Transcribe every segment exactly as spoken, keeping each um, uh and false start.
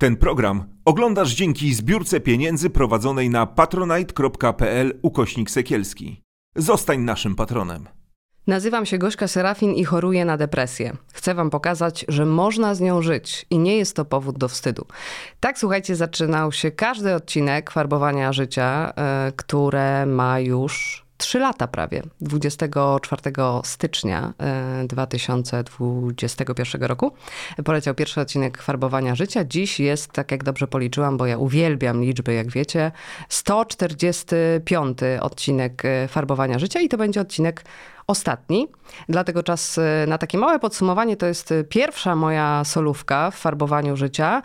Ten program oglądasz dzięki zbiórce pieniędzy prowadzonej na patronite.pl ukośnik Sekielski. Zostań naszym patronem. Nazywam się Gośka Serafin i choruję na depresję. Chcę wam pokazać, że można z nią żyć i nie jest to powód do wstydu. Tak, słuchajcie, zaczynał się każdy odcinek Farbowania Życia, yy, które ma już trzy lata prawie. dwudziestego czwartego stycznia dwa tysiące dwudziestego pierwszego roku poleciał pierwszy odcinek Farbowania Życia. Dziś jest, tak jak dobrze policzyłam, bo ja uwielbiam liczby, jak wiecie, sto czterdziesty piąty odcinek Farbowania Życia i to będzie odcinek ostatni. Dlatego czas na takie małe podsumowanie. To jest pierwsza moja solówka w farbowaniu życia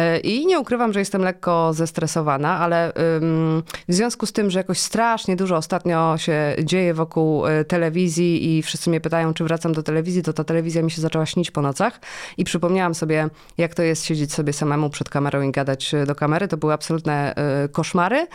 i nie ukrywam, że jestem lekko zestresowana, ale w związku z tym, że jakoś strasznie dużo ostatnio się dzieje wokół telewizji i wszyscy mnie pytają, czy wracam do telewizji, to ta telewizja mi się zaczęła śnić po nocach i przypomniałam sobie, jak to jest siedzieć sobie samemu przed kamerą i gadać do kamery. To były absolutne koszmary,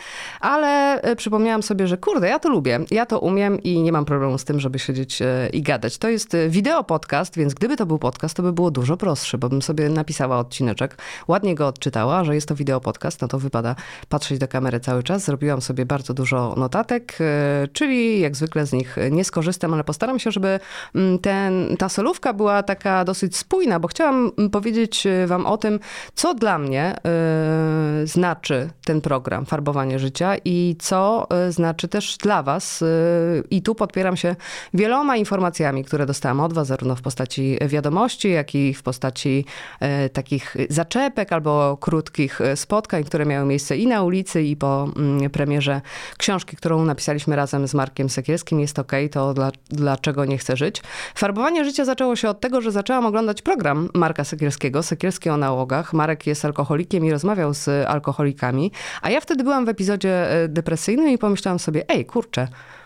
ale przypomniałam sobie, że kurde, ja to lubię, ja to umiem i nie mam problemu z tym, żeby siedzieć i gadać. To jest wideo podcast, więc gdyby to był podcast, to by było dużo prostsze, bo bym sobie napisała odcineczek, ładnie go odczytała, że jest to wideo podcast, no to wypada patrzeć do kamery cały czas. Zrobiłam sobie bardzo dużo notatek, czyli jak zwykle z nich nie skorzystam, ale postaram się, żeby ten, ta solówka była taka dosyć spójna, bo chciałam powiedzieć wam o tym, co dla mnie yy, znaczy ten program Farbowanie Życia i co znaczy też dla was. Yy, I tu podpieram się wieloma informacjami, które dostałam od was, zarówno w postaci wiadomości, jak i w postaci e, takich zaczepek albo krótkich spotkań, które miały miejsce i na ulicy, i po mm, premierze książki, którą napisaliśmy razem z Markiem Sekielskim. Jest okej, to dla, dlaczego nie chcę żyć. Farbowanie życia zaczęło się od tego, że zaczęłam oglądać program Marka Sekielskiego, Sekielski o nałogach. Marek jest alkoholikiem i rozmawiał z alkoholikami, a ja wtedy byłam w epizodzie depresyjnym i pomyślałam sobie, ej, kurczę,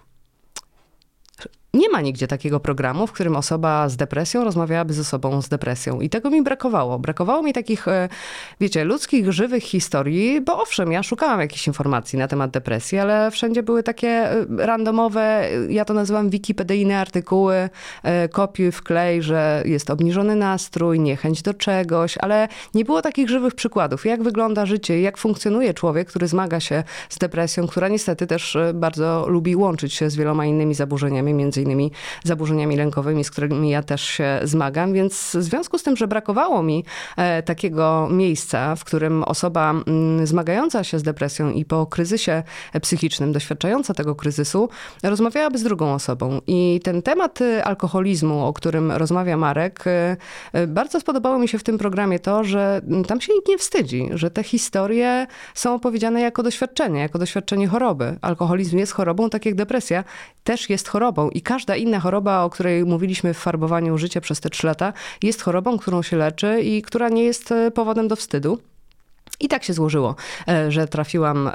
nie ma nigdzie takiego programu, w którym osoba z depresją rozmawiałaby ze sobą z depresją. I tego mi brakowało. Brakowało mi takich, wiecie, ludzkich, żywych historii, bo owszem, ja szukałam jakichś informacji na temat depresji, ale wszędzie były takie randomowe, ja to nazywam wikipedyjne artykuły, kopiuj, wklej, że jest obniżony nastrój, niechęć do czegoś, ale nie było takich żywych przykładów, jak wygląda życie, jak funkcjonuje człowiek, który zmaga się z depresją, która niestety też bardzo lubi łączyć się z wieloma innymi zaburzeniami, między innymi zaburzeniami lękowymi, z którymi ja też się zmagam, więc w związku z tym, że brakowało mi e, takiego miejsca, w którym osoba m, zmagająca się z depresją i po kryzysie psychicznym, doświadczająca tego kryzysu, rozmawiałaby z drugą osobą. I ten temat alkoholizmu, o którym rozmawia Marek, e, bardzo spodobało mi się w tym programie to, że tam się nikt nie wstydzi, że te historie są opowiedziane jako doświadczenie, jako doświadczenie choroby. Alkoholizm jest chorobą, tak jak depresja też jest chorobą i każda inna choroba, o której mówiliśmy w Farbowaniu Życia przez te trzy lata, jest chorobą, którą się leczy i która nie jest powodem do wstydu. I tak się złożyło, że trafiłam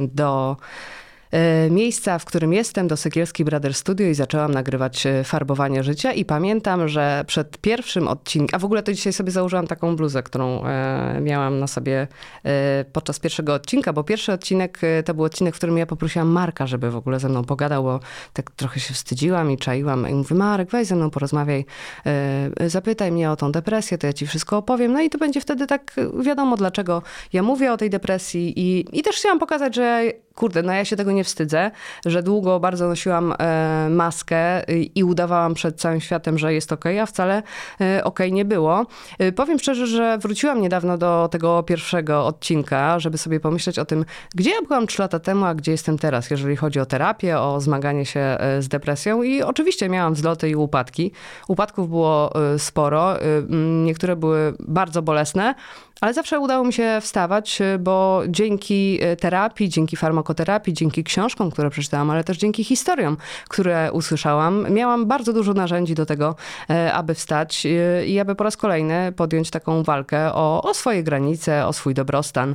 do miejsca, w którym jestem, do Sekielski Brothers Studio i zaczęłam nagrywać Farbowanie Życia i pamiętam, że przed pierwszym odcinkiem, a w ogóle to dzisiaj sobie założyłam taką bluzę, którą e, miałam na sobie e, podczas pierwszego odcinka, bo pierwszy odcinek e, to był odcinek, w którym ja poprosiłam Marka, żeby w ogóle ze mną pogadał, bo tak trochę się wstydziłam i czaiłam i mówię, Marek, weź ze mną porozmawiaj, e, zapytaj mnie o tą depresję, to ja ci wszystko opowiem, no i to będzie wtedy tak wiadomo, dlaczego ja mówię o tej depresji i, i też chciałam pokazać, że kurde, no ja się tego nie wstydzę, że długo bardzo nosiłam e, maskę i, i udawałam przed całym światem, że jest okej, a wcale e, okej nie było. E, powiem szczerze, że wróciłam niedawno do tego pierwszego odcinka, żeby sobie pomyśleć o tym, gdzie ja byłam trzy lata temu, a gdzie jestem teraz, jeżeli chodzi o terapię, o zmaganie się e, z depresją. I oczywiście miałam wzloty i upadki. Upadków było e, sporo, e, niektóre były bardzo bolesne, ale zawsze udało mi się wstawać, bo dzięki terapii, dzięki farmakoterapii, dzięki książkom, które przeczytałam, ale też dzięki historiom, które usłyszałam, miałam bardzo dużo narzędzi do tego, aby wstać i aby po raz kolejny podjąć taką walkę o, o swoje granice, o swój dobrostan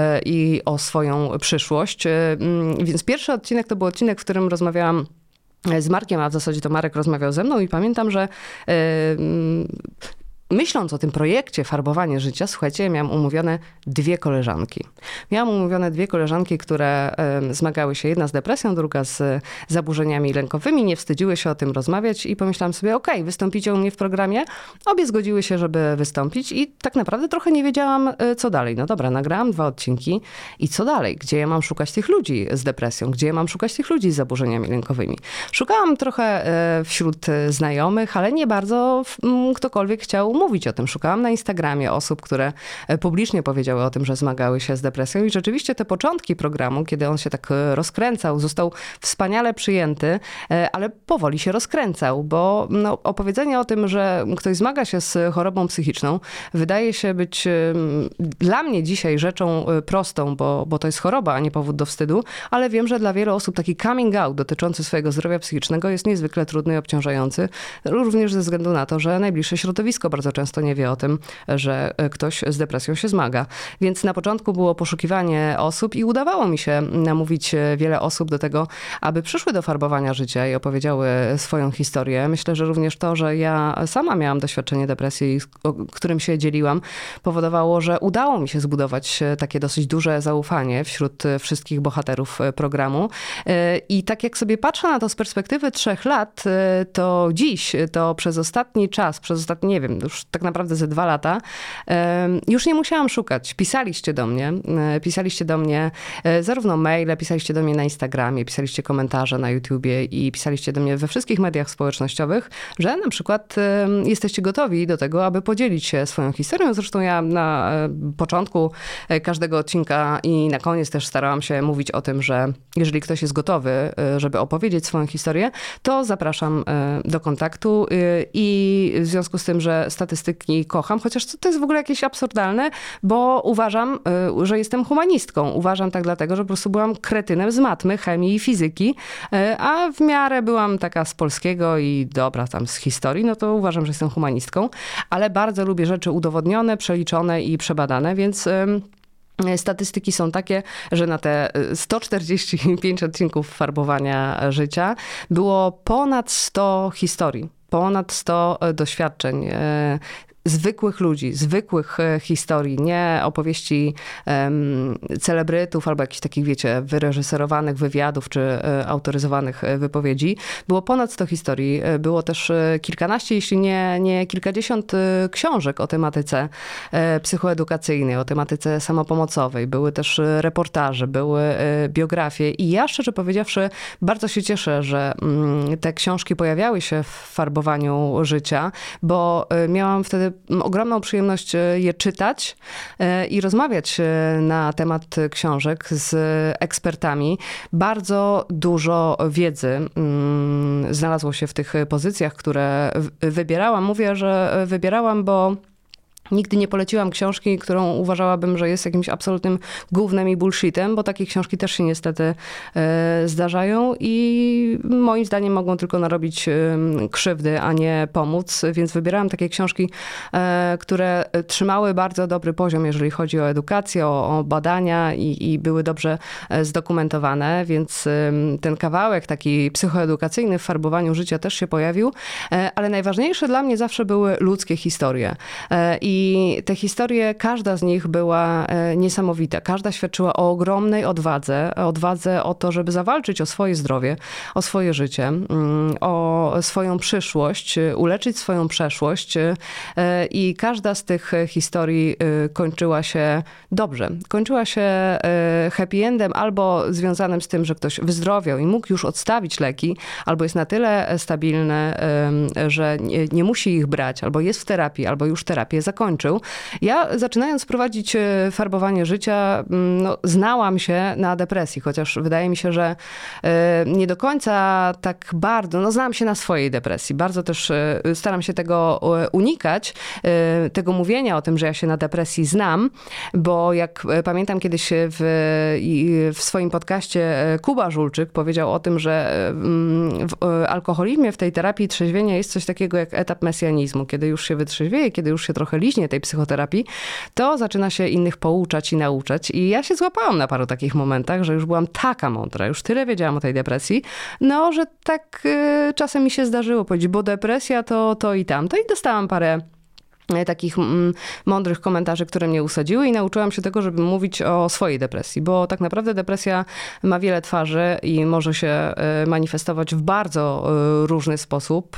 i o swoją przyszłość. Więc pierwszy odcinek to był odcinek, w którym rozmawiałam z Markiem, a w zasadzie to Marek rozmawiał ze mną i pamiętam, że myśląc o tym projekcie Farbowanie życia, słuchajcie, miałam umówione dwie koleżanki. Miałam umówione dwie koleżanki, które y, zmagały się, jedna z depresją, druga z zaburzeniami lękowymi, nie wstydziły się o tym rozmawiać i pomyślałam sobie, okej, okay, wystąpicie u mnie w programie. Obie zgodziły się, żeby wystąpić i tak naprawdę trochę nie wiedziałam, y, co dalej. No dobra, nagrałam dwa odcinki i co dalej? Gdzie ja mam szukać tych ludzi z depresją? Gdzie ja mam szukać tych ludzi z zaburzeniami lękowymi? Szukałam trochę y, wśród znajomych, ale nie bardzo y, ktokolwiek chciał mówić o tym. Szukałam na Instagramie osób, które publicznie powiedziały o tym, że zmagały się z depresją i rzeczywiście te początki programu, kiedy on się tak rozkręcał, został wspaniale przyjęty, ale powoli się rozkręcał, bo no, opowiedzenie o tym, że ktoś zmaga się z chorobą psychiczną, wydaje się być dla mnie dzisiaj rzeczą prostą, bo, bo to jest choroba, a nie powód do wstydu, ale wiem, że dla wielu osób taki coming out dotyczący swojego zdrowia psychicznego jest niezwykle trudny i obciążający, również ze względu na to, że najbliższe środowisko bardzo często nie wie o tym, że ktoś z depresją się zmaga. Więc na początku było poszukiwanie osób i udawało mi się namówić wiele osób do tego, aby przyszły do farbowania życia i opowiedziały swoją historię. Myślę, że również to, że ja sama miałam doświadczenie depresji, o którym się dzieliłam, powodowało, że udało mi się zbudować takie dosyć duże zaufanie wśród wszystkich bohaterów programu. I tak jak sobie patrzę na to z perspektywy trzech lat, to dziś, to przez ostatni czas, przez ostatni, nie wiem, już tak naprawdę ze dwa lata, już nie musiałam szukać. Pisaliście do mnie, pisaliście do mnie zarówno maile, pisaliście do mnie na Instagramie, pisaliście komentarze na YouTubie i pisaliście do mnie we wszystkich mediach społecznościowych, że na przykład jesteście gotowi do tego, aby podzielić się swoją historią. Zresztą ja na początku każdego odcinka i na koniec też starałam się mówić o tym, że jeżeli ktoś jest gotowy, żeby opowiedzieć swoją historię, to zapraszam do kontaktu i w związku z tym, że statystyki kocham, chociaż to jest w ogóle jakieś absurdalne, bo uważam, że jestem humanistką. Uważam tak dlatego, że po prostu byłam kretynem z matmy, chemii i fizyki, a w miarę byłam taka z polskiego i dobra, tam z historii, no to uważam, że jestem humanistką, ale bardzo lubię rzeczy udowodnione, przeliczone i przebadane, więc statystyki są takie, że na te sto czterdzieści pięć odcinków farbowania życia było ponad sto historii, ponad sto doświadczeń zwykłych ludzi, zwykłych historii, nie opowieści um, celebrytów albo jakichś takich, wiecie, wyreżyserowanych wywiadów czy e, autoryzowanych wypowiedzi. Było ponad sto historii. Było też kilkanaście, jeśli nie, nie kilkadziesiąt książek o tematyce e, psychoedukacyjnej, o tematyce samopomocowej. Były też reportaże, były e, biografie i ja, szczerze powiedziawszy, bardzo się cieszę, że mm, te książki pojawiały się w farbowaniu życia, bo e, miałam wtedy ogromną przyjemność je czytać i rozmawiać na temat książek z ekspertami. Bardzo dużo wiedzy znalazło się w tych pozycjach, które wybierałam. Mówię, że wybierałam, bo nigdy nie poleciłam książki, którą uważałabym, że jest jakimś absolutnym gównem i bullshitem, bo takie książki też się niestety e, zdarzają i moim zdaniem mogą tylko narobić e, krzywdy, a nie pomóc, więc wybierałam takie książki, e, które trzymały bardzo dobry poziom, jeżeli chodzi o edukację, o, o badania i, i były dobrze zdokumentowane, więc e, ten kawałek taki psychoedukacyjny w farbowaniu życia też się pojawił, e, ale najważniejsze dla mnie zawsze były ludzkie historie. E, I I te historie, każda z nich była niesamowita. Każda świadczyła o ogromnej odwadze, odwadze o to, żeby zawalczyć o swoje zdrowie, o swoje życie, o swoją przyszłość, uleczyć swoją przeszłość. I każda z tych historii kończyła się dobrze. Kończyła się happy endem albo związanym z tym, że ktoś wyzdrowiał i mógł już odstawić leki, albo jest na tyle stabilny, że nie, nie musi ich brać, albo jest w terapii, albo już terapię zakończył. Ja zaczynając prowadzić farbowanie życia, no, znałam się na depresji, chociaż wydaje mi się, że nie do końca tak bardzo, no znałam się na swojej depresji. Bardzo też staram się tego unikać, tego mówienia o tym, że ja się na depresji znam, bo jak pamiętam kiedyś w, w swoim podcaście Kuba Żulczyk powiedział o tym, że w alkoholizmie, w tej terapii trzeźwienia jest coś takiego jak etap mesjanizmu. Kiedy już się wytrzeźwieje, kiedy już się trochę liźnie tej psychoterapii, to zaczyna się innych pouczać i nauczać. I ja się złapałam na paru takich momentach, że już byłam taka mądra, już tyle wiedziałam o tej depresji, no, że tak y, czasem mi się zdarzyło powiedzieć, bo depresja to to i tamto. I dostałam parę takich mm, mądrych komentarzy, które mnie usadziły i nauczyłam się tego, żeby mówić o swojej depresji, bo tak naprawdę depresja ma wiele twarzy i może się manifestować w bardzo różny sposób,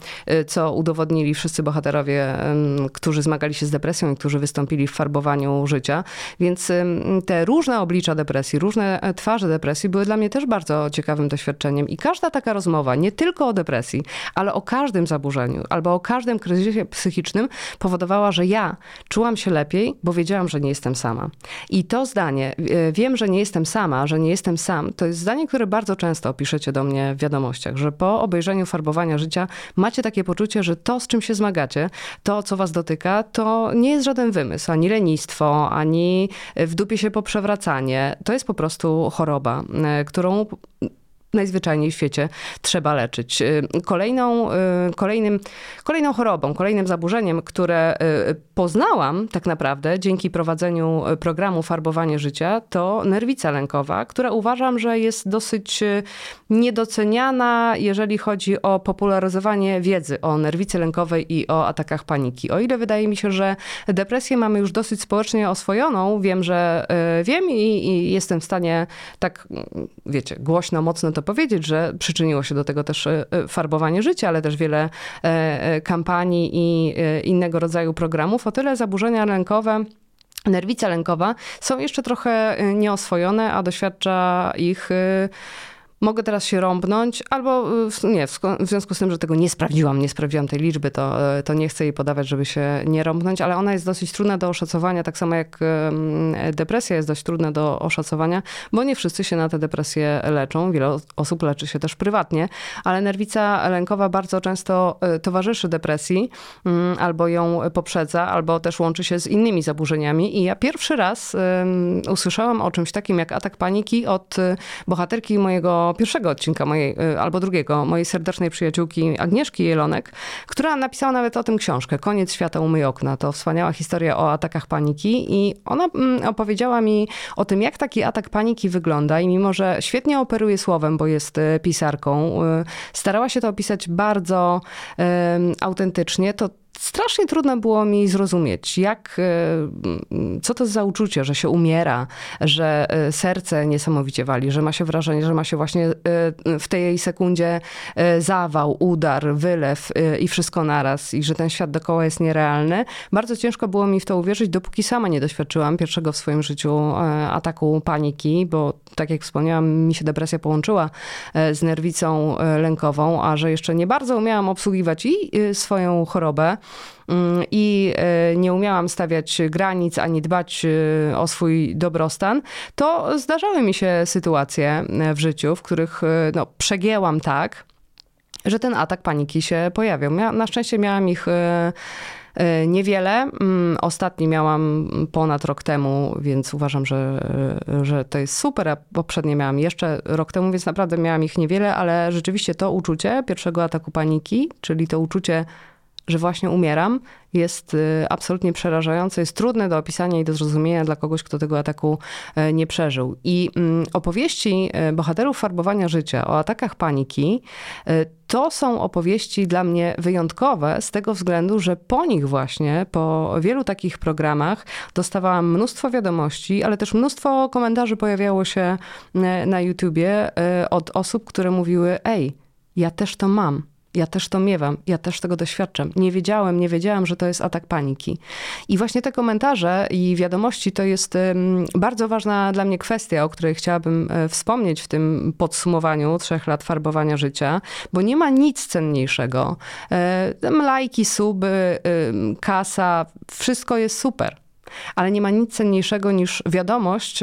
co udowodnili wszyscy bohaterowie, którzy zmagali się z depresją i którzy wystąpili w farbowaniu życia. Więc te różne oblicza depresji, różne twarze depresji były dla mnie też bardzo ciekawym doświadczeniem i każda taka rozmowa, nie tylko o depresji, ale o każdym zaburzeniu albo o każdym kryzysie psychicznym powodowała, że ja czułam się lepiej, bo wiedziałam, że nie jestem sama. I to zdanie, wiem, że nie jestem sama, że nie jestem sam, to jest zdanie, które bardzo często piszecie do mnie w wiadomościach, że po obejrzeniu farbowania życia macie takie poczucie, że to, z czym się zmagacie, to, co was dotyka, to nie jest żaden wymysł, ani lenistwo, ani w dupie się poprzewracanie. To jest po prostu choroba, którą najzwyczajniej w świecie trzeba leczyć. Kolejną, kolejnym, kolejną chorobą, kolejnym zaburzeniem, które poznałam tak naprawdę dzięki prowadzeniu programu Farbowanie Życia, to nerwica lękowa, która uważam, że jest dosyć niedoceniana, jeżeli chodzi o popularyzowanie wiedzy o nerwicy lękowej i o atakach paniki. O ile wydaje mi się, że depresję mamy już dosyć społecznie oswojoną, wiem, że wiem i, i jestem w stanie tak, wiecie, głośno, mocno to powiedzieć, że przyczyniło się do tego też farbowanie życia, ale też wiele kampanii i innego rodzaju programów. O tyle zaburzenia lękowe, nerwica lękowa są jeszcze trochę nieoswojone, a doświadcza ich... Mogę teraz się rąbnąć, albo nie, w związku z tym, że tego nie sprawdziłam, nie sprawdziłam tej liczby, to, to nie chcę jej podawać, żeby się nie rąbnąć, ale ona jest dosyć trudna do oszacowania, tak samo jak depresja jest dość trudna do oszacowania, bo nie wszyscy się na tę depresję leczą, wiele osób leczy się też prywatnie, ale nerwica lękowa bardzo często towarzyszy depresji, albo ją poprzedza, albo też łączy się z innymi zaburzeniami i ja pierwszy raz usłyszałam o czymś takim jak atak paniki od bohaterki mojego pierwszego odcinka mojej, albo drugiego, mojej serdecznej przyjaciółki Agnieszki Jelonek, która napisała nawet o tym książkę. Koniec świata, umyj okna. To wspaniała historia o atakach paniki i ona opowiedziała mi o tym, jak taki atak paniki wygląda i mimo, że świetnie operuje słowem, bo jest pisarką, starała się to opisać bardzo um, autentycznie, to strasznie trudno było mi zrozumieć, jak, co to za uczucie, że się umiera, że serce niesamowicie wali, że ma się wrażenie, że ma się właśnie w tej sekundzie zawał, udar, wylew i wszystko naraz i że ten świat dookoła jest nierealny. Bardzo ciężko było mi w to uwierzyć, dopóki sama nie doświadczyłam pierwszego w swoim życiu ataku paniki, bo tak jak wspomniałam, mi się depresja połączyła z nerwicą lękową, a że jeszcze nie bardzo umiałam obsługiwać i swoją chorobę, i nie umiałam stawiać granic, ani dbać o swój dobrostan, to zdarzały mi się sytuacje w życiu, w których no, przegięłam tak, że ten atak paniki się pojawiał. Na szczęście miałam ich niewiele. Ostatni miałam ponad rok temu, więc uważam, że, że to jest super, a poprzednie miałam jeszcze rok temu, więc naprawdę miałam ich niewiele, ale rzeczywiście to uczucie pierwszego ataku paniki, czyli to uczucie, że właśnie umieram, jest absolutnie przerażające, jest trudne do opisania i do zrozumienia dla kogoś, kto tego ataku nie przeżył. I opowieści bohaterów farbowania życia o atakach paniki to są opowieści dla mnie wyjątkowe z tego względu, że po nich właśnie, po wielu takich programach dostawałam mnóstwo wiadomości, ale też mnóstwo komentarzy pojawiało się na YouTubie od osób, które mówiły: ej, ja też to mam. Ja też to miewam, ja też tego doświadczam. Nie wiedziałem, nie wiedziałam, że to jest atak paniki. I właśnie te komentarze i wiadomości to jest bardzo ważna dla mnie kwestia, o której chciałabym wspomnieć w tym podsumowaniu trzech lat farbowania życia, bo nie ma nic cenniejszego. Lajki, suby, kasa, wszystko jest super. Ale nie ma nic cenniejszego niż wiadomość,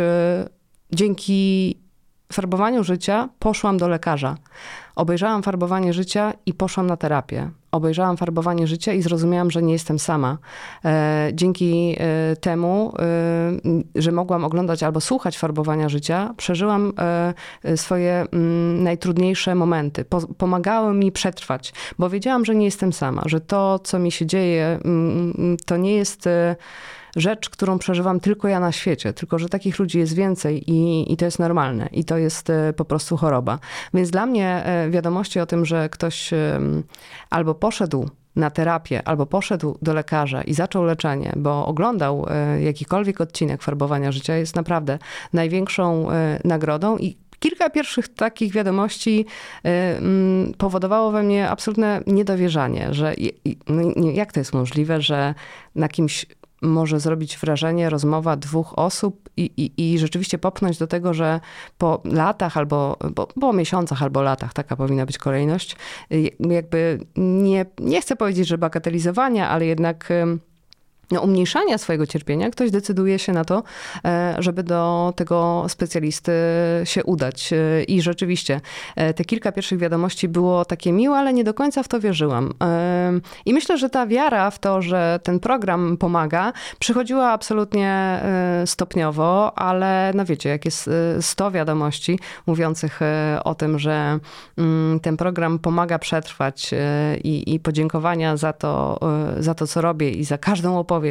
dzięki farbowaniu życia poszłam do lekarza. Obejrzałam farbowanie życia i poszłam na terapię. Obejrzałam farbowanie życia i zrozumiałam, że nie jestem sama. Dzięki temu, że mogłam oglądać albo słuchać farbowania życia, przeżyłam swoje najtrudniejsze momenty. Pomagały mi przetrwać, bo wiedziałam, że nie jestem sama, że to, co mi się dzieje, to nie jest rzecz, którą przeżywam tylko ja na świecie, tylko że takich ludzi jest więcej i, i to jest normalne i to jest po prostu choroba. Więc dla mnie wiadomości o tym, że ktoś albo poszedł na terapię albo poszedł do lekarza i zaczął leczenie, bo oglądał jakikolwiek odcinek Farbowania życia, jest naprawdę największą nagrodą i kilka pierwszych takich wiadomości powodowało we mnie absolutne niedowierzanie, że jak to jest możliwe, że na kimś może zrobić wrażenie rozmowa dwóch osób i, i, i rzeczywiście popchnąć do tego, że po latach albo po, po miesiącach albo latach, taka powinna być kolejność, jakby nie, nie chcę powiedzieć, że bagatelizowania, ale jednak no, umniejszania swojego cierpienia, ktoś decyduje się na to, żeby do tego specjalisty się udać. I rzeczywiście te kilka pierwszych wiadomości było takie miłe, ale nie do końca w to wierzyłam. I myślę, że ta wiara w to, że ten program pomaga, przychodziła absolutnie stopniowo, ale no wiecie, jak jest sto wiadomości mówiących o tym, że ten program pomaga przetrwać i, i podziękowania za to, za to, co robię i za każdą opowieść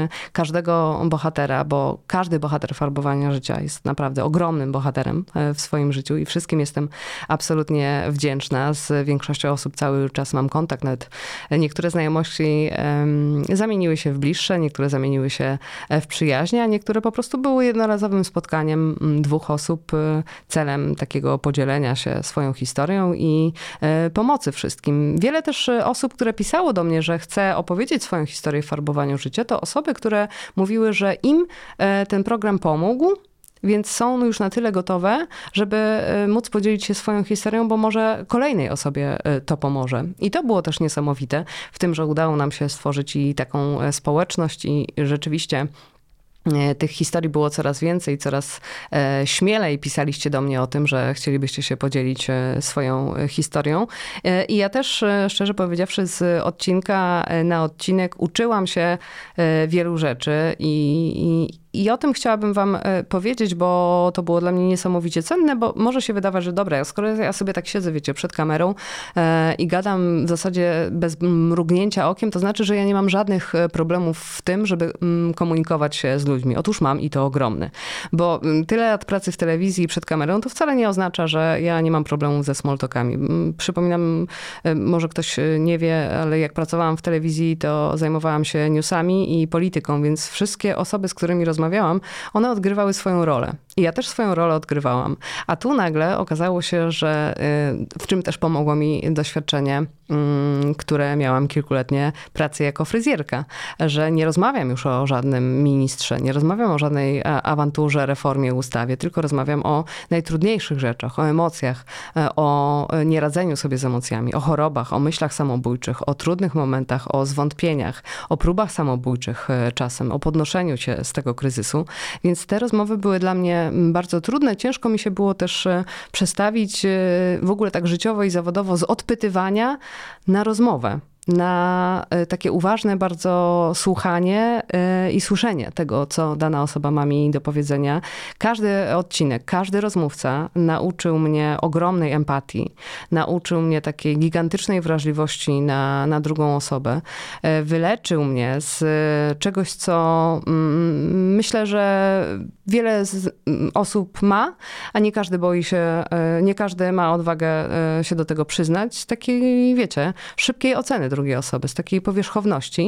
każdego bohatera, bo każdy bohater Farbowania życia jest naprawdę ogromnym bohaterem w swoim życiu i wszystkim jestem absolutnie wdzięczna. Z większością osób cały czas mam kontakt, nawet niektóre znajomości zamieniły się w bliższe, niektóre zamieniły się w przyjaźnie, a niektóre po prostu były jednorazowym spotkaniem dwóch osób celem takiego podzielenia się swoją historią i pomocy wszystkim. Wiele też osób, które pisało do mnie, że chce opowiedzieć swoją historię w Farbowaniu życia, to osoby, które mówiły, że im ten program pomógł, więc są już na tyle gotowe, żeby móc podzielić się swoją historią, bo może kolejnej osobie to pomoże. I to było też niesamowite w tym, że udało nam się stworzyć i taką społeczność i rzeczywiście tych historii było coraz więcej, coraz śmielej pisaliście do mnie o tym, że chcielibyście się podzielić swoją historią. I ja też, szczerze powiedziawszy, z odcinka na odcinek uczyłam się wielu rzeczy i, i I o tym chciałabym wam powiedzieć, bo to było dla mnie niesamowicie cenne, bo może się wydawać, że dobra, skoro ja sobie tak siedzę, wiecie, przed kamerą i gadam w zasadzie bez mrugnięcia okiem, to znaczy, że ja nie mam żadnych problemów w tym, żeby komunikować się z ludźmi. Otóż mam i to ogromny. Bo tyle lat pracy w telewizji przed kamerą, to wcale nie oznacza, że ja nie mam problemów ze small talkami. Przypominam, może ktoś nie wie, ale jak pracowałam w telewizji, to zajmowałam się newsami i polityką, więc wszystkie osoby, z którymi rozmawiałam, one odgrywały swoją rolę. I ja też swoją rolę odgrywałam. A tu nagle okazało się, że w czym też pomogło mi doświadczenie, które miałam kilkuletnie pracy jako fryzjerka, że nie rozmawiam już o żadnym ministrze, nie rozmawiam o żadnej awanturze, reformie, ustawie, tylko rozmawiam o najtrudniejszych rzeczach, o emocjach, o nieradzeniu sobie z emocjami, o chorobach, o myślach samobójczych, o trudnych momentach, o zwątpieniach, o próbach samobójczych czasem, o podnoszeniu się z tego kryzysu. Więc te rozmowy były dla mnie bardzo trudne. Ciężko mi się było też przestawić w ogóle tak życiowo i zawodowo z odpytywania na rozmowę. Na takie uważne bardzo słuchanie i słyszenie tego, co dana osoba ma mi do powiedzenia. Każdy odcinek, każdy rozmówca nauczył mnie ogromnej empatii, nauczył mnie takiej gigantycznej wrażliwości na, na drugą osobę. Wyleczył mnie z czegoś, co myślę, że wiele z osób ma, a nie każdy boi się, nie każdy ma odwagę się do tego przyznać. Takiej, wiecie, szybkiej oceny drugiej osoby, z takiej powierzchowności,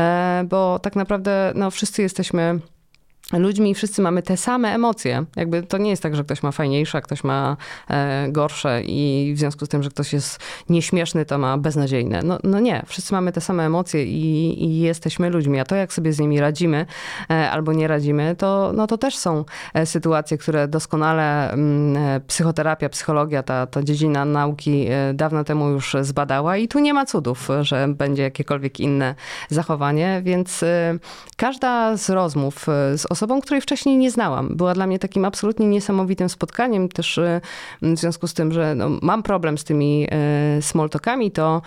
bo tak naprawdę no, wszyscy jesteśmy ludźmi i wszyscy mamy te same emocje. Jakby to nie jest tak, że ktoś ma fajniejsze, a ktoś ma e, gorsze i w związku z tym, że ktoś jest nieśmieszny, to ma beznadziejne. No, no nie, wszyscy mamy te same emocje i, i jesteśmy ludźmi, a to jak sobie z nimi radzimy e, albo nie radzimy, to, no, to też są e, sytuacje, które doskonale m, psychoterapia, psychologia, ta, ta dziedzina nauki e, dawno temu już zbadała i tu nie ma cudów, że będzie jakiekolwiek inne zachowanie, więc e, każda z rozmów e, z osobą, której wcześniej nie znałam. Była dla mnie takim absolutnie niesamowitym spotkaniem. Też w związku z tym, że no, mam problem z tymi small talkami, to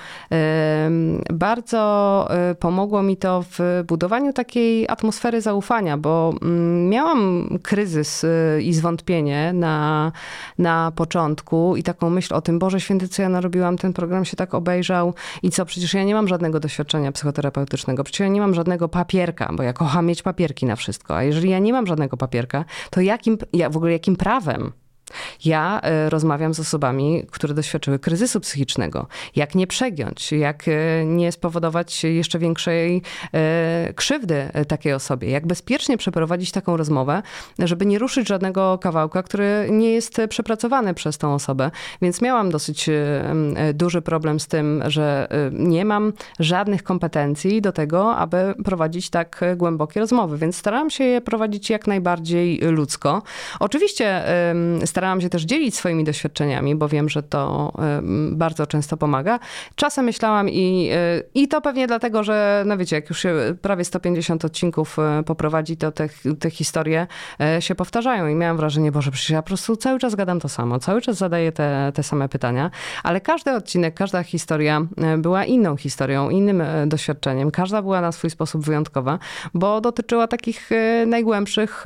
bardzo pomogło mi to w budowaniu takiej atmosfery zaufania, bo miałam kryzys i zwątpienie na, na początku i taką myśl o tym, Boże Święty, co ja narobiłam, ten program się tak obejrzał i co, przecież ja nie mam żadnego doświadczenia psychoterapeutycznego, przecież ja nie mam żadnego papierka, bo ja kocham mieć papierki na wszystko, a jeżeli ja nie mam żadnego papierka, to jakim, ja w ogóle jakim prawem Ja y, rozmawiam z osobami, które doświadczyły kryzysu psychicznego. Jak nie przegiąć, jak y, nie spowodować jeszcze większej y, krzywdy y, takiej osobie. Jak bezpiecznie przeprowadzić taką rozmowę, żeby nie ruszyć żadnego kawałka, który nie jest przepracowany przez tą osobę. Więc miałam dosyć y, y, duży problem z tym, że y, nie mam żadnych kompetencji do tego, aby prowadzić tak głębokie rozmowy. Więc starałam się je prowadzić jak najbardziej ludzko. Oczywiście y, starałam się też dzielić swoimi doświadczeniami, bo wiem, że to y, bardzo często pomaga. Czasem myślałam i, y, i to pewnie dlatego, że no wiecie, jak już się prawie sto pięćdziesiąt odcinków y, poprowadzi, to te, te historie y, się powtarzają i miałam wrażenie, Boże, przecież ja po prostu cały czas gadam to samo, cały czas zadaję te, te same pytania, ale każdy odcinek, każda historia y, była inną historią, innym y, doświadczeniem. Każda była na swój sposób wyjątkowa, bo dotyczyła takich y, najgłębszych y,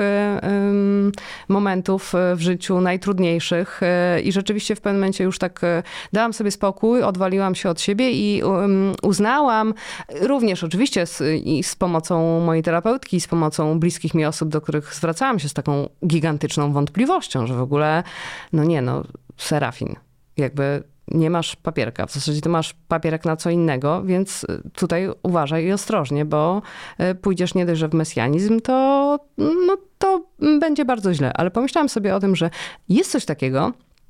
y, momentów w życiu, najtrudniejszych i rzeczywiście w pewnym momencie już tak dałam sobie spokój, odwaliłam się od siebie i uznałam, również oczywiście z, i z pomocą mojej terapeutki, z pomocą bliskich mi osób, do których zwracałam się z taką gigantyczną wątpliwością, że w ogóle, no nie no, Serafin, jakby nie masz papierka. W zasadzie to masz papierek na co innego, więc tutaj uważaj i ostrożnie, bo pójdziesz nie dość, że w mesjanizm, to, no, to będzie bardzo źle. Ale pomyślałam sobie o tym, że jest coś takiego,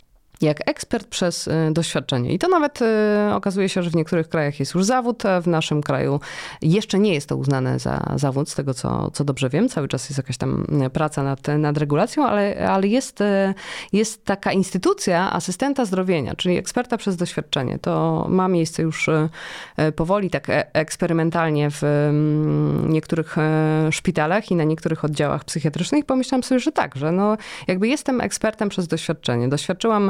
jak ekspert przez doświadczenie. I to nawet okazuje się, że w niektórych krajach jest już zawód. W naszym kraju jeszcze nie jest to uznane za zawód, z tego co, co dobrze wiem. Cały czas jest jakaś tam praca nad, nad regulacją, ale, ale jest, jest taka instytucja asystenta zdrowienia, czyli eksperta przez doświadczenie. To ma miejsce już powoli, tak eksperymentalnie w niektórych szpitalach i na niektórych oddziałach psychiatrycznych. Pomyślałam sobie, że tak, że no jakby jestem ekspertem przez doświadczenie. Doświadczyłam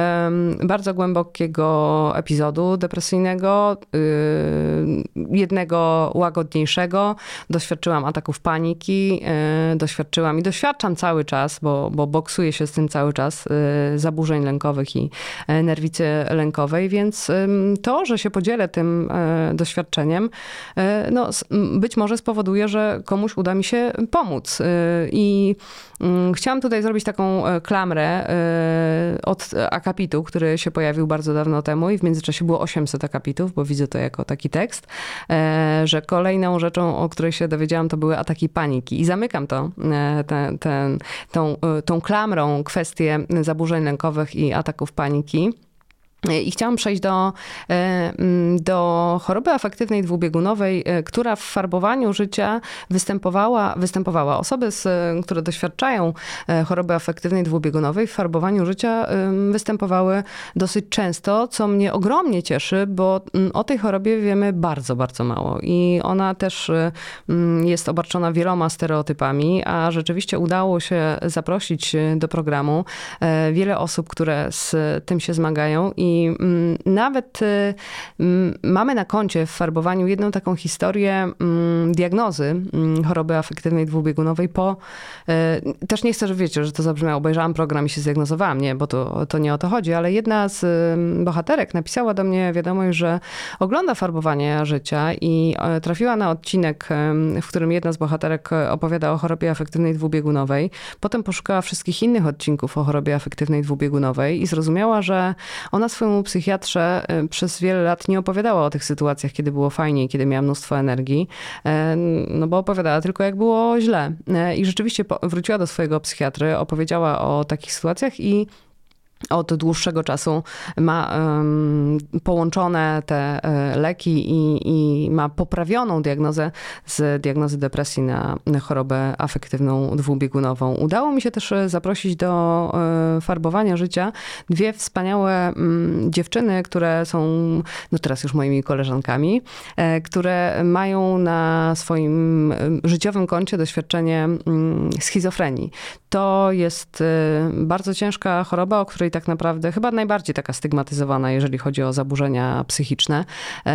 bardzo głębokiego epizodu depresyjnego, jednego łagodniejszego. Doświadczyłam ataków paniki, doświadczyłam i doświadczam cały czas, bo, bo boksuję się z tym cały czas, zaburzeń lękowych i nerwicy lękowej, więc to, że się podzielę tym doświadczeniem, no, być może spowoduje, że komuś uda mi się pomóc. I chciałam tutaj zrobić taką klamrę od akapitu, który się pojawił bardzo dawno temu i w międzyczasie było osiemset akapitów, bo widzę to jako taki tekst, że kolejną rzeczą, o której się dowiedziałam, to były ataki paniki. I zamykam to, ten, ten, tą, tą klamrą kwestię zaburzeń lękowych i ataków paniki. I chciałam przejść do, do choroby afektywnej dwubiegunowej, która w farbowaniu życia występowała, występowała. Osoby, z, które doświadczają choroby afektywnej dwubiegunowej w farbowaniu życia występowały dosyć często, co mnie ogromnie cieszy, bo o tej chorobie wiemy bardzo, bardzo mało. I ona też jest obarczona wieloma stereotypami, a rzeczywiście udało się zaprosić do programu wiele osób, które z tym się zmagają i I nawet mamy na koncie w farbowaniu jedną taką historię diagnozy choroby afektywnej dwubiegunowej po... Też nie chcę, że wiecie, że to zabrzmiało. Obejrzałam program i się zdiagnozowałam. Nie, bo to, to nie o to chodzi. Ale jedna z bohaterek napisała do mnie wiadomość, że ogląda farbowanie życia i trafiła na odcinek, w którym jedna z bohaterek opowiada o chorobie afektywnej dwubiegunowej. Potem poszukała wszystkich innych odcinków o chorobie afektywnej dwubiegunowej i zrozumiała, że ona swoją psychiatrze przez wiele lat nie opowiadała o tych sytuacjach, kiedy było fajnie i kiedy miała mnóstwo energii, no bo opowiadała tylko jak było źle. I rzeczywiście wróciła do swojego psychiatry, opowiedziała o takich sytuacjach i od dłuższego czasu ma um, połączone te leki i, i ma poprawioną diagnozę z diagnozy depresji na chorobę afektywną dwubiegunową. Udało mi się też zaprosić do farbowania życia dwie wspaniałe um, dziewczyny, które są no teraz już moimi koleżankami, e, które mają na swoim życiowym koncie doświadczenie um, schizofrenii. To jest y, bardzo ciężka choroba, o której tak naprawdę chyba najbardziej taka stygmatyzowana, jeżeli chodzi o zaburzenia psychiczne.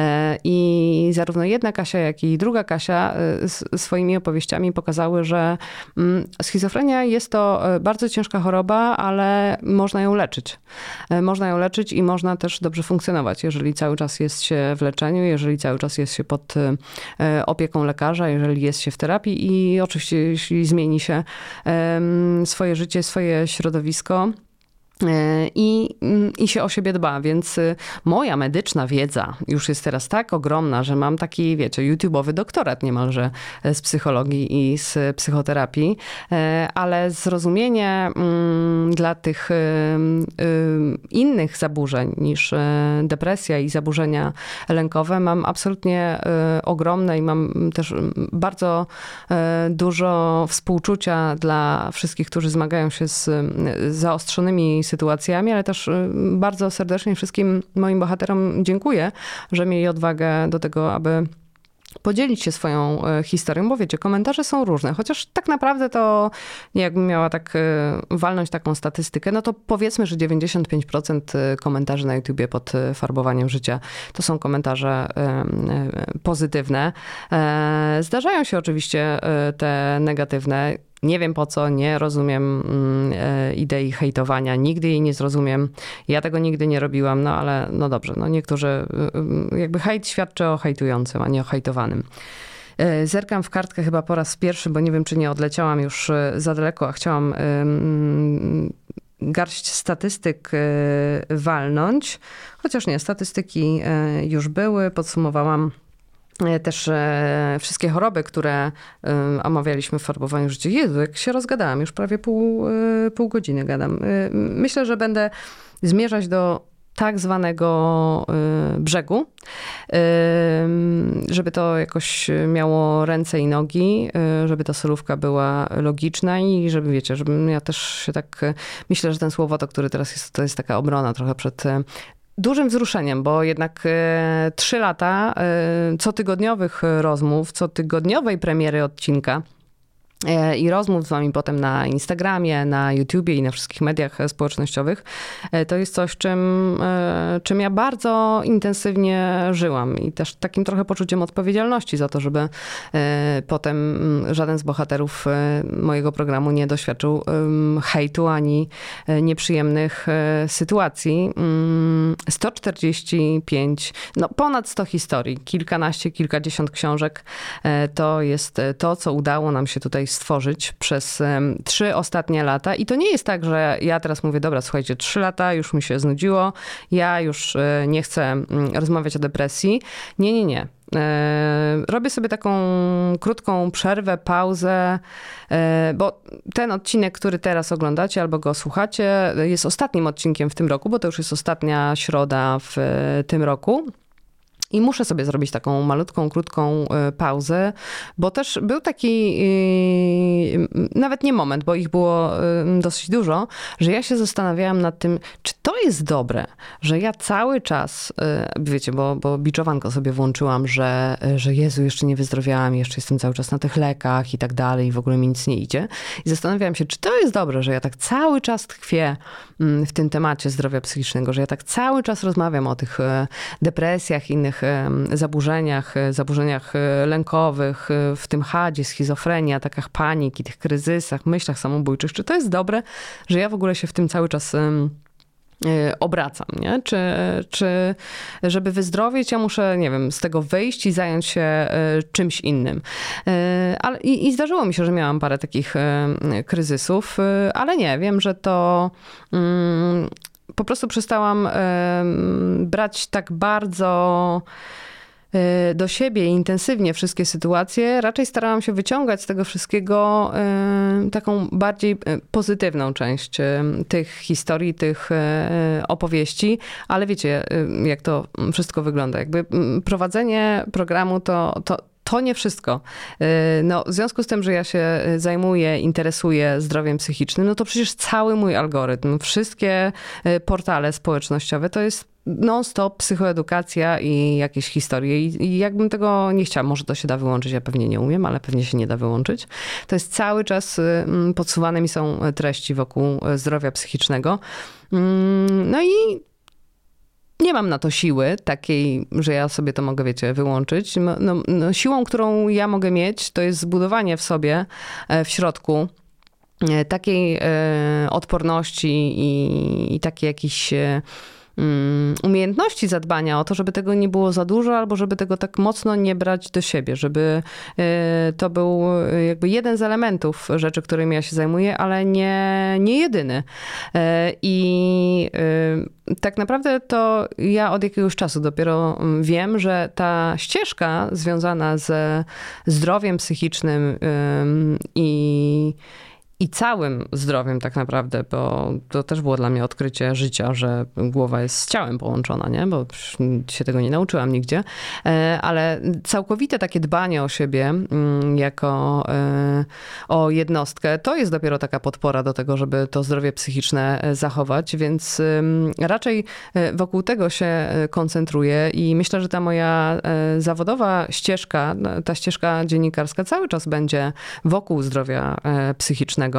I zarówno jedna Kasia, jak i druga Kasia swoimi opowieściami pokazały, że schizofrenia jest to bardzo ciężka choroba, ale można ją leczyć. Można ją leczyć i można też dobrze funkcjonować, jeżeli cały czas jest się w leczeniu, jeżeli cały czas jest się pod opieką lekarza, jeżeli jest się w terapii i oczywiście jeśli zmieni się swoje życie, swoje środowisko. I, i się o siebie dba, więc moja medyczna wiedza już jest teraz tak ogromna, że mam taki, wiecie, YouTube'owy doktorat niemalże z psychologii i z psychoterapii, ale zrozumienie dla tych innych zaburzeń niż depresja i zaburzenia lękowe mam absolutnie ogromne i mam też bardzo dużo współczucia dla wszystkich, którzy zmagają się z zaostrzonymi sytuacjami, ale też bardzo serdecznie wszystkim moim bohaterom dziękuję, że mieli odwagę do tego, aby podzielić się swoją historią, bo wiecie, komentarze są różne, chociaż tak naprawdę to nie jakbym miała tak walnąć taką statystykę, no to powiedzmy, że dziewięćdziesiąt pięć procent komentarzy na YouTubie pod farbowaniem życia to są komentarze pozytywne. Zdarzają się oczywiście te negatywne. Nie wiem po co, nie rozumiem idei hejtowania, nigdy jej nie zrozumiem. Ja tego nigdy nie robiłam, no ale no dobrze, no niektórzy, jakby hejt świadczy o hejtującym, a nie o hejtowanym. Zerkam w kartkę chyba po raz pierwszy, bo nie wiem, czy nie odleciałam już za daleko, a chciałam garść statystyk walnąć, chociaż nie, statystyki już były, podsumowałam też wszystkie choroby, które omawialiśmy w farbowaniu życia. Jezu, jak się rozgadałam, już prawie pół, pół godziny gadam. Myślę, że będę zmierzać do tak zwanego brzegu, żeby to jakoś miało ręce i nogi, żeby ta solówka była logiczna i żeby, wiecie, żebym ja też się tak, myślę, że ten słowotok, który teraz jest, to jest taka obrona trochę przed dużym wzruszeniem, bo jednak e, trzy lata e, cotygodniowych rozmów, cotygodniowej premiery odcinka e, i rozmów z wami potem na Instagramie, na YouTubie i na wszystkich mediach społecznościowych, e, to jest coś, czym, e, czym ja bardzo intensywnie żyłam i też takim trochę poczuciem odpowiedzialności za to, żeby e, potem żaden z bohaterów e, mojego programu nie doświadczył e, hejtu ani e, nieprzyjemnych e, sytuacji. sto czterdzieści pięć, no ponad sto historii, kilkanaście, kilkadziesiąt książek. To jest to, co udało nam się tutaj stworzyć przez trzy ostatnie lata. I to nie jest tak, że ja teraz mówię, dobra, słuchajcie, trzy lata, już mi się znudziło, ja już nie chcę rozmawiać o depresji. Nie, nie, nie. Robię sobie taką krótką przerwę, pauzę, bo ten odcinek, który teraz oglądacie albo go słuchacie, jest ostatnim odcinkiem w tym roku, bo to już jest ostatnia środa w tym roku. I muszę sobie zrobić taką malutką, krótką pauzę, bo też był taki, nawet nie moment, bo ich było dosyć dużo, że ja się zastanawiałam nad tym, czy to jest dobre, że ja cały czas, wiecie, bo, bo biczowanko sobie włączyłam, że, że Jezu, jeszcze nie wyzdrowiałam, jeszcze jestem cały czas na tych lekach i tak dalej, i w ogóle mi nic nie idzie. I zastanawiałam się, czy to jest dobre, że ja tak cały czas tkwię w tym temacie zdrowia psychicznego, że ja tak cały czas rozmawiam o tych depresjach, innych zaburzeniach, zaburzeniach lękowych, w tym chadzie, schizofrenii, atakach paniki, tych kryzysach, myślach samobójczych. Czy to jest dobre, że ja w ogóle się w tym cały czas obracam, nie? Czy, czy żeby wyzdrowieć, ja muszę, nie wiem, z tego wyjść i zająć się czymś innym. Ale, i, i zdarzyło mi się, że miałam parę takich kryzysów, ale nie, wiem, że to po prostu przestałam brać tak bardzo do siebie intensywnie wszystkie sytuacje. Raczej starałam się wyciągać z tego wszystkiego taką bardziej pozytywną część tych historii, tych opowieści, ale wiecie, jak to wszystko wygląda. Jakby prowadzenie programu to, to To nie wszystko. No, w związku z tym, że ja się zajmuję, interesuję zdrowiem psychicznym, no to przecież cały mój algorytm, wszystkie portale społecznościowe to jest non-stop psychoedukacja i jakieś historie. I, I jakbym tego nie chciała, może to się da wyłączyć, ja pewnie nie umiem, ale pewnie się nie da wyłączyć. To jest cały czas podsuwane mi są treści wokół zdrowia psychicznego. No i nie mam na to siły takiej, że ja sobie to mogę, wiecie, wyłączyć. No, no, no, siłą, którą ja mogę mieć, to jest zbudowanie w sobie, w środku, takiej e, odporności i, i takiej jakiejś e, umiejętności zadbania o to, żeby tego nie było za dużo, albo żeby tego tak mocno nie brać do siebie, żeby to był jakby jeden z elementów rzeczy, którymi ja się zajmuję, ale nie, nie jedyny. I tak naprawdę to ja od jakiegoś czasu dopiero wiem, że ta ścieżka związana ze zdrowiem psychicznym i I całym zdrowiem tak naprawdę, bo to też było dla mnie odkrycie życia, że głowa jest z ciałem połączona, nie? Bo się tego nie nauczyłam nigdzie. Ale całkowite takie dbanie o siebie jako o jednostkę, to jest dopiero taka podpora do tego, żeby to zdrowie psychiczne zachować, więc raczej wokół tego się koncentruję i myślę, że ta moja zawodowa ścieżka, ta ścieżka dziennikarska cały czas będzie wokół zdrowia psychicznego.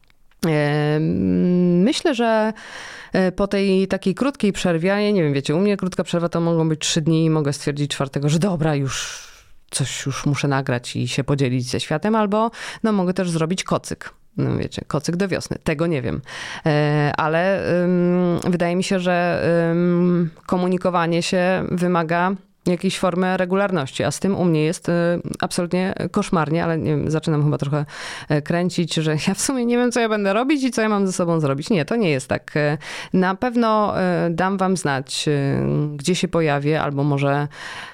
Myślę, że po tej takiej krótkiej przerwie, ja nie wiem, wiecie, u mnie krótka przerwa to mogą być trzy dni i mogę stwierdzić czwartego, że dobra, już coś już muszę nagrać i się podzielić ze światem, albo no mogę też zrobić kocyk. No wiecie, kocyk do wiosny. Tego nie wiem. Ale um, wydaje mi się, że um, komunikowanie się wymaga jakiejś formy regularności, a z tym u mnie jest absolutnie koszmarnie, ale nie wiem, zaczynam chyba trochę kręcić, że ja w sumie nie wiem, co ja będę robić i co ja mam ze sobą zrobić. Nie, to nie jest tak. Na pewno dam wam znać, gdzie się pojawię, albo może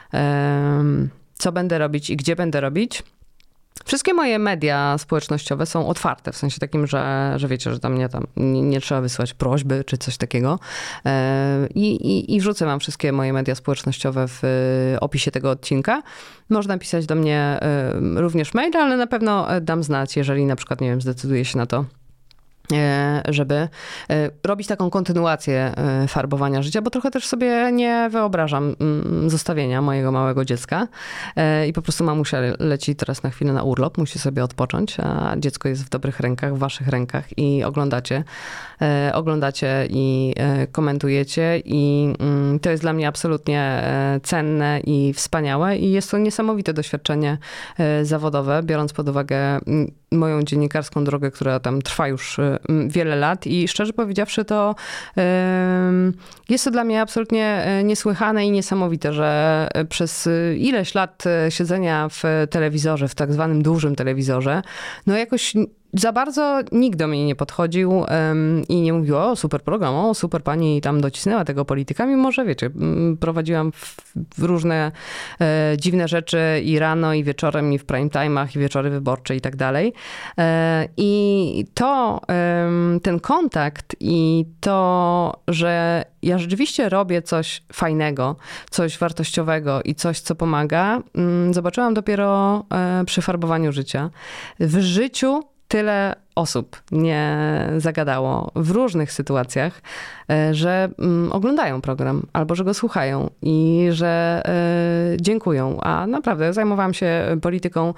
co będę robić i gdzie będę robić. Wszystkie moje media społecznościowe są otwarte, w sensie takim, że, że wiecie, że tam nie, tam nie, nie trzeba wysłać prośby czy coś takiego. I, i, I wrzucę wam wszystkie moje media społecznościowe w opisie tego odcinka. Można pisać do mnie również maila, ale na pewno dam znać, jeżeli na przykład, nie wiem, zdecyduję się na to, żeby robić taką kontynuację farbowania życia, bo trochę też sobie nie wyobrażam zostawienia mojego małego dziecka i po prostu mamusia leci teraz na chwilę na urlop, musi sobie odpocząć, a dziecko jest w dobrych rękach, w waszych rękach i oglądacie, oglądacie i komentujecie i to jest dla mnie absolutnie cenne i wspaniałe i jest to niesamowite doświadczenie zawodowe, biorąc pod uwagę moją dziennikarską drogę, która tam trwa już wiele lat i szczerze powiedziawszy to jest to dla mnie absolutnie niesłychane i niesamowite, że przez ileś lat siedzenia w telewizorze, w tak zwanym dużym telewizorze, no jakoś za bardzo nikt do mnie nie podchodził um, i nie mówił, o super program, o super pani tam docisnęła tego polityka, mimo że wiecie, prowadziłam w, w różne e, dziwne rzeczy i rano, i wieczorem, i w prime time'ach, i wieczory wyborcze i tak dalej. E, I to, e, ten kontakt i to, że ja rzeczywiście robię coś fajnego, coś wartościowego i coś, co pomaga, m, zobaczyłam dopiero e, przy farbowaniu życia. W życiu tyle osób nie zagadało w różnych sytuacjach, że oglądają program albo że go słuchają i że dziękują. A naprawdę zajmowałam się polityką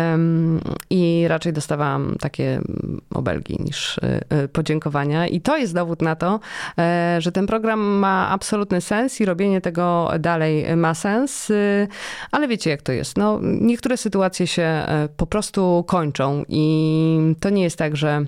i raczej dostawałam takie obelgi niż podziękowania. I to jest dowód na to, że ten program ma absolutny sens i robienie tego dalej ma sens. Ale wiecie, jak to jest. No, niektóre sytuacje się po prostu kończą i to nie jest tak, że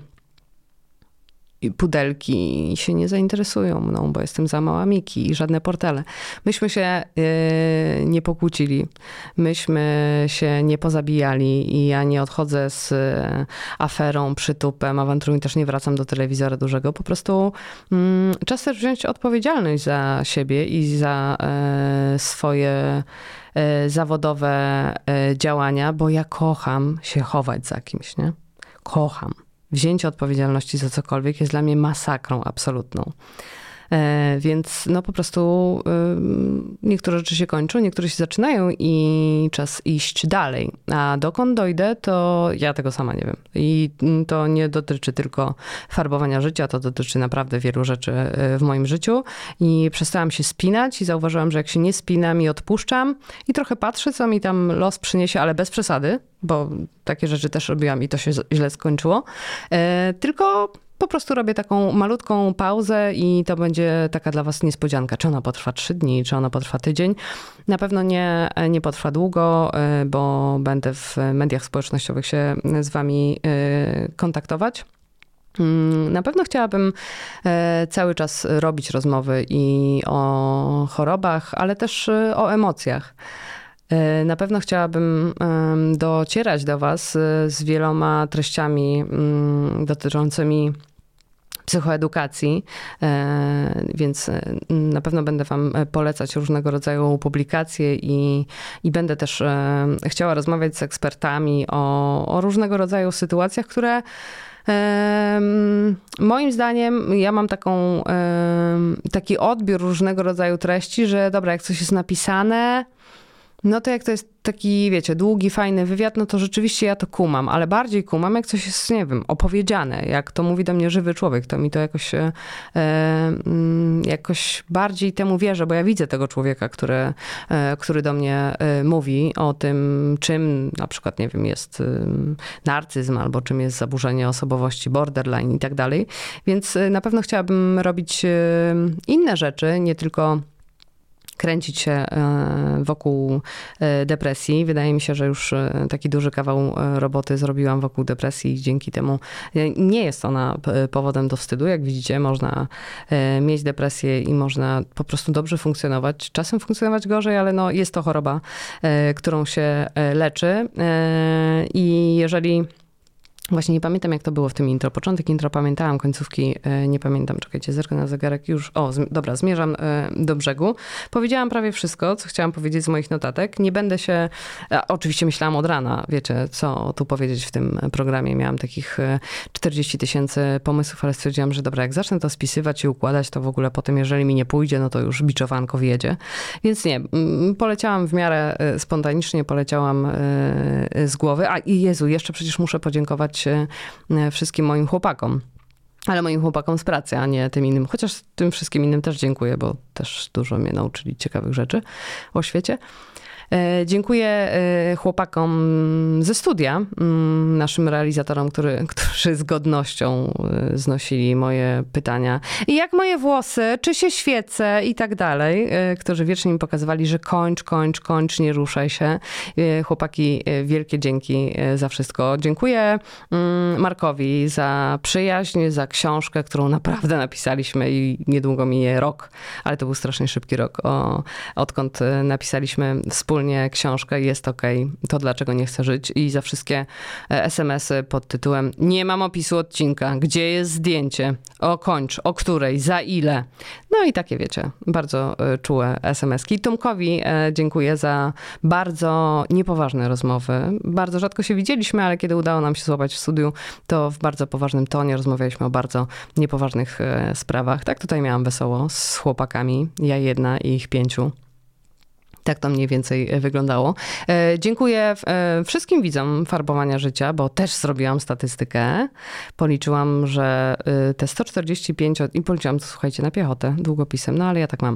pudelki się nie zainteresują mną, bo jestem za mała Miki i żadne portale. Myśmy się yy, nie pokłócili, myśmy się nie pozabijali i ja nie odchodzę z yy, aferą, przytupem, awanturą i też nie wracam do telewizora dużego. Po prostu yy, czas też wziąć odpowiedzialność za siebie i za yy, swoje yy, zawodowe yy, działania, bo ja kocham się chować za kimś, nie? Kocham. Wzięcie odpowiedzialności za cokolwiek jest dla mnie masakrą absolutną. E, więc no po prostu y, niektóre rzeczy się kończą, niektóre się zaczynają i czas iść dalej. A dokąd dojdę, to ja tego sama nie wiem. I to nie dotyczy tylko farbowania życia, to dotyczy naprawdę wielu rzeczy w moim życiu. I przestałam się spinać i zauważyłam, że jak się nie spinam i odpuszczam i trochę patrzę, co mi tam los przyniesie, ale bez przesady, bo takie rzeczy też robiłam i to się źle skończyło. E, tylko po prostu robię taką malutką pauzę i to będzie taka dla was niespodzianka. Czy ona potrwa trzy dni, czy ona potrwa tydzień. Na pewno nie, nie potrwa długo, bo będę w mediach społecznościowych się z wami kontaktować. Na pewno chciałabym cały czas robić rozmowy i o chorobach, ale też o emocjach. Na pewno chciałabym docierać do Was z wieloma treściami dotyczącymi psychoedukacji, więc na pewno będę Wam polecać różnego rodzaju publikacje i, i będę też chciała rozmawiać z ekspertami o, o różnego rodzaju sytuacjach, które moim zdaniem ja mam taką, taki odbiór różnego rodzaju treści, że dobra, jak coś jest napisane, no to jak to jest taki, wiecie, długi, fajny wywiad, no to rzeczywiście ja to kumam, ale bardziej kumam, jak coś jest, nie wiem, opowiedziane, jak to mówi do mnie żywy człowiek, to mi to jakoś, e, jakoś bardziej temu wierzę, bo ja widzę tego człowieka, który, e, który do mnie e, mówi o tym, czym na przykład, nie wiem, jest e, narcyzm, albo czym jest zaburzenie osobowości, borderline i tak dalej, więc na pewno chciałabym robić e, inne rzeczy, nie tylko kręcić się wokół depresji. Wydaje mi się, że już taki duży kawał roboty zrobiłam wokół depresji i dzięki temu nie jest ona powodem do wstydu. Jak widzicie, można mieć depresję i można po prostu dobrze funkcjonować. Czasem funkcjonować gorzej, ale no jest to choroba, którą się leczy. I jeżeli Właśnie nie pamiętam, jak to było w tym intro. Początek intro pamiętałam, końcówki nie pamiętam. Czekajcie, zerknę na zegarek już. O, zm- dobra, zmierzam do brzegu. Powiedziałam prawie wszystko, co chciałam powiedzieć z moich notatek. Nie będę się... A, oczywiście myślałam od rana, wiecie, co tu powiedzieć w tym programie. Miałam takich czterdzieści tysięcy pomysłów, ale stwierdziłam, że dobra, jak zacznę to spisywać i układać, to w ogóle potem, jeżeli mi nie pójdzie, no to już biczowanko wjedzie. Więc nie, poleciałam w miarę spontanicznie, poleciałam z głowy. A i Jezu, jeszcze przecież muszę podziękować wszystkim moim chłopakom. Ale moim chłopakom z pracy, a nie tym innym. Chociaż tym wszystkim innym też dziękuję, bo też dużo mnie nauczyli ciekawych rzeczy o świecie. Dziękuję chłopakom ze studia, naszym realizatorom, który, którzy z godnością znosili moje pytania. I jak moje włosy, czy się świecę i tak dalej, którzy wiecznie mi pokazywali, że kończ, kończ, kończ, nie ruszaj się. Chłopaki, wielkie dzięki za wszystko. Dziękuję Markowi za przyjaźń, za książkę, którą naprawdę napisaliśmy i niedługo minie rok, ale to był strasznie szybki rok, o, odkąd napisaliśmy wspólnie książkę Jest okej, to dlaczego nie chcę żyć i za wszystkie es em esy pod tytułem nie mam opisu odcinka, gdzie jest zdjęcie, o kończ, o której, za ile. No i takie wiecie, bardzo czułe es em eski. Tomkowi dziękuję za bardzo niepoważne rozmowy. Bardzo rzadko się widzieliśmy, ale kiedy udało nam się złapać w studiu, to w bardzo poważnym tonie rozmawialiśmy o bardzo niepoważnych sprawach. Tak tutaj miałam wesoło z chłopakami, ja jedna i ich pięciu. Tak to mniej więcej wyglądało. Dziękuję wszystkim widzom Farbowania Życia, bo też zrobiłam statystykę. Policzyłam, że te sto czterdzieści pięć, i policzyłam to, słuchajcie, na piechotę, długopisem, no ale ja tak mam,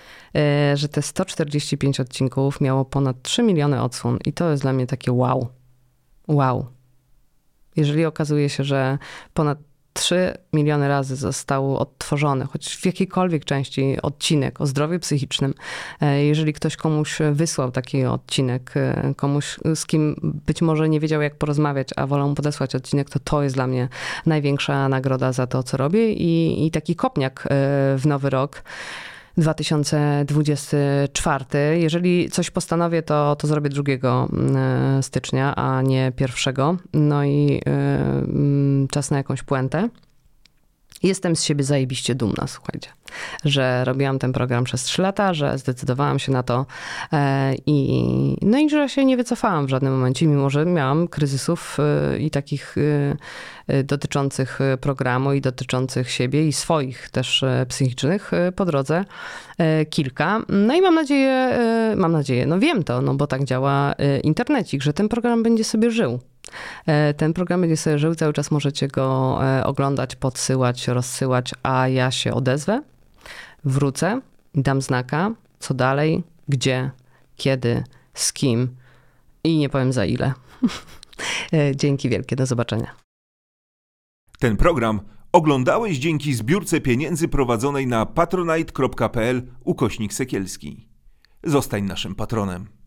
że te sto czterdzieści pięć odcinków miało ponad trzy miliony odsłon i to jest dla mnie takie wow. Wow. Jeżeli okazuje się, że ponad trzy miliony razy został odtworzony, choć w jakiejkolwiek części odcinek o zdrowiu psychicznym. Jeżeli ktoś komuś wysłał taki odcinek, komuś, z kim być może nie wiedział, jak porozmawiać, a wolał mu podesłać odcinek, to to jest dla mnie największa nagroda za to, co robię i, i taki kopniak w nowy rok. dwa tysiące dwudziesty czwarty. Jeżeli coś postanowię, to, to zrobię drugiego stycznia, a nie pierwszego. No i yy, czas na jakąś puentę. Jestem z siebie zajebiście dumna, słuchajcie, że robiłam ten program przez trzy lata, że zdecydowałam się na to e, i no i że się nie wycofałam w żadnym momencie, mimo że miałam kryzysów e, i takich e, dotyczących programu i dotyczących siebie i swoich też e, psychicznych e, po drodze e, kilka. No i mam nadzieję, e, mam nadzieję, no wiem to, no bo tak działa e, internecik, że ten program będzie sobie żył. Ten program będzie sobie żył, cały czas możecie go oglądać, podsyłać, rozsyłać, a ja się odezwę, wrócę, dam znaka, co dalej, gdzie, kiedy, z kim i nie powiem za ile. Dzięki wielkie, do zobaczenia. Ten program oglądałeś dzięki zbiórce pieniędzy prowadzonej na patronite kropka pl ukośnik Sekielski. Zostań naszym patronem.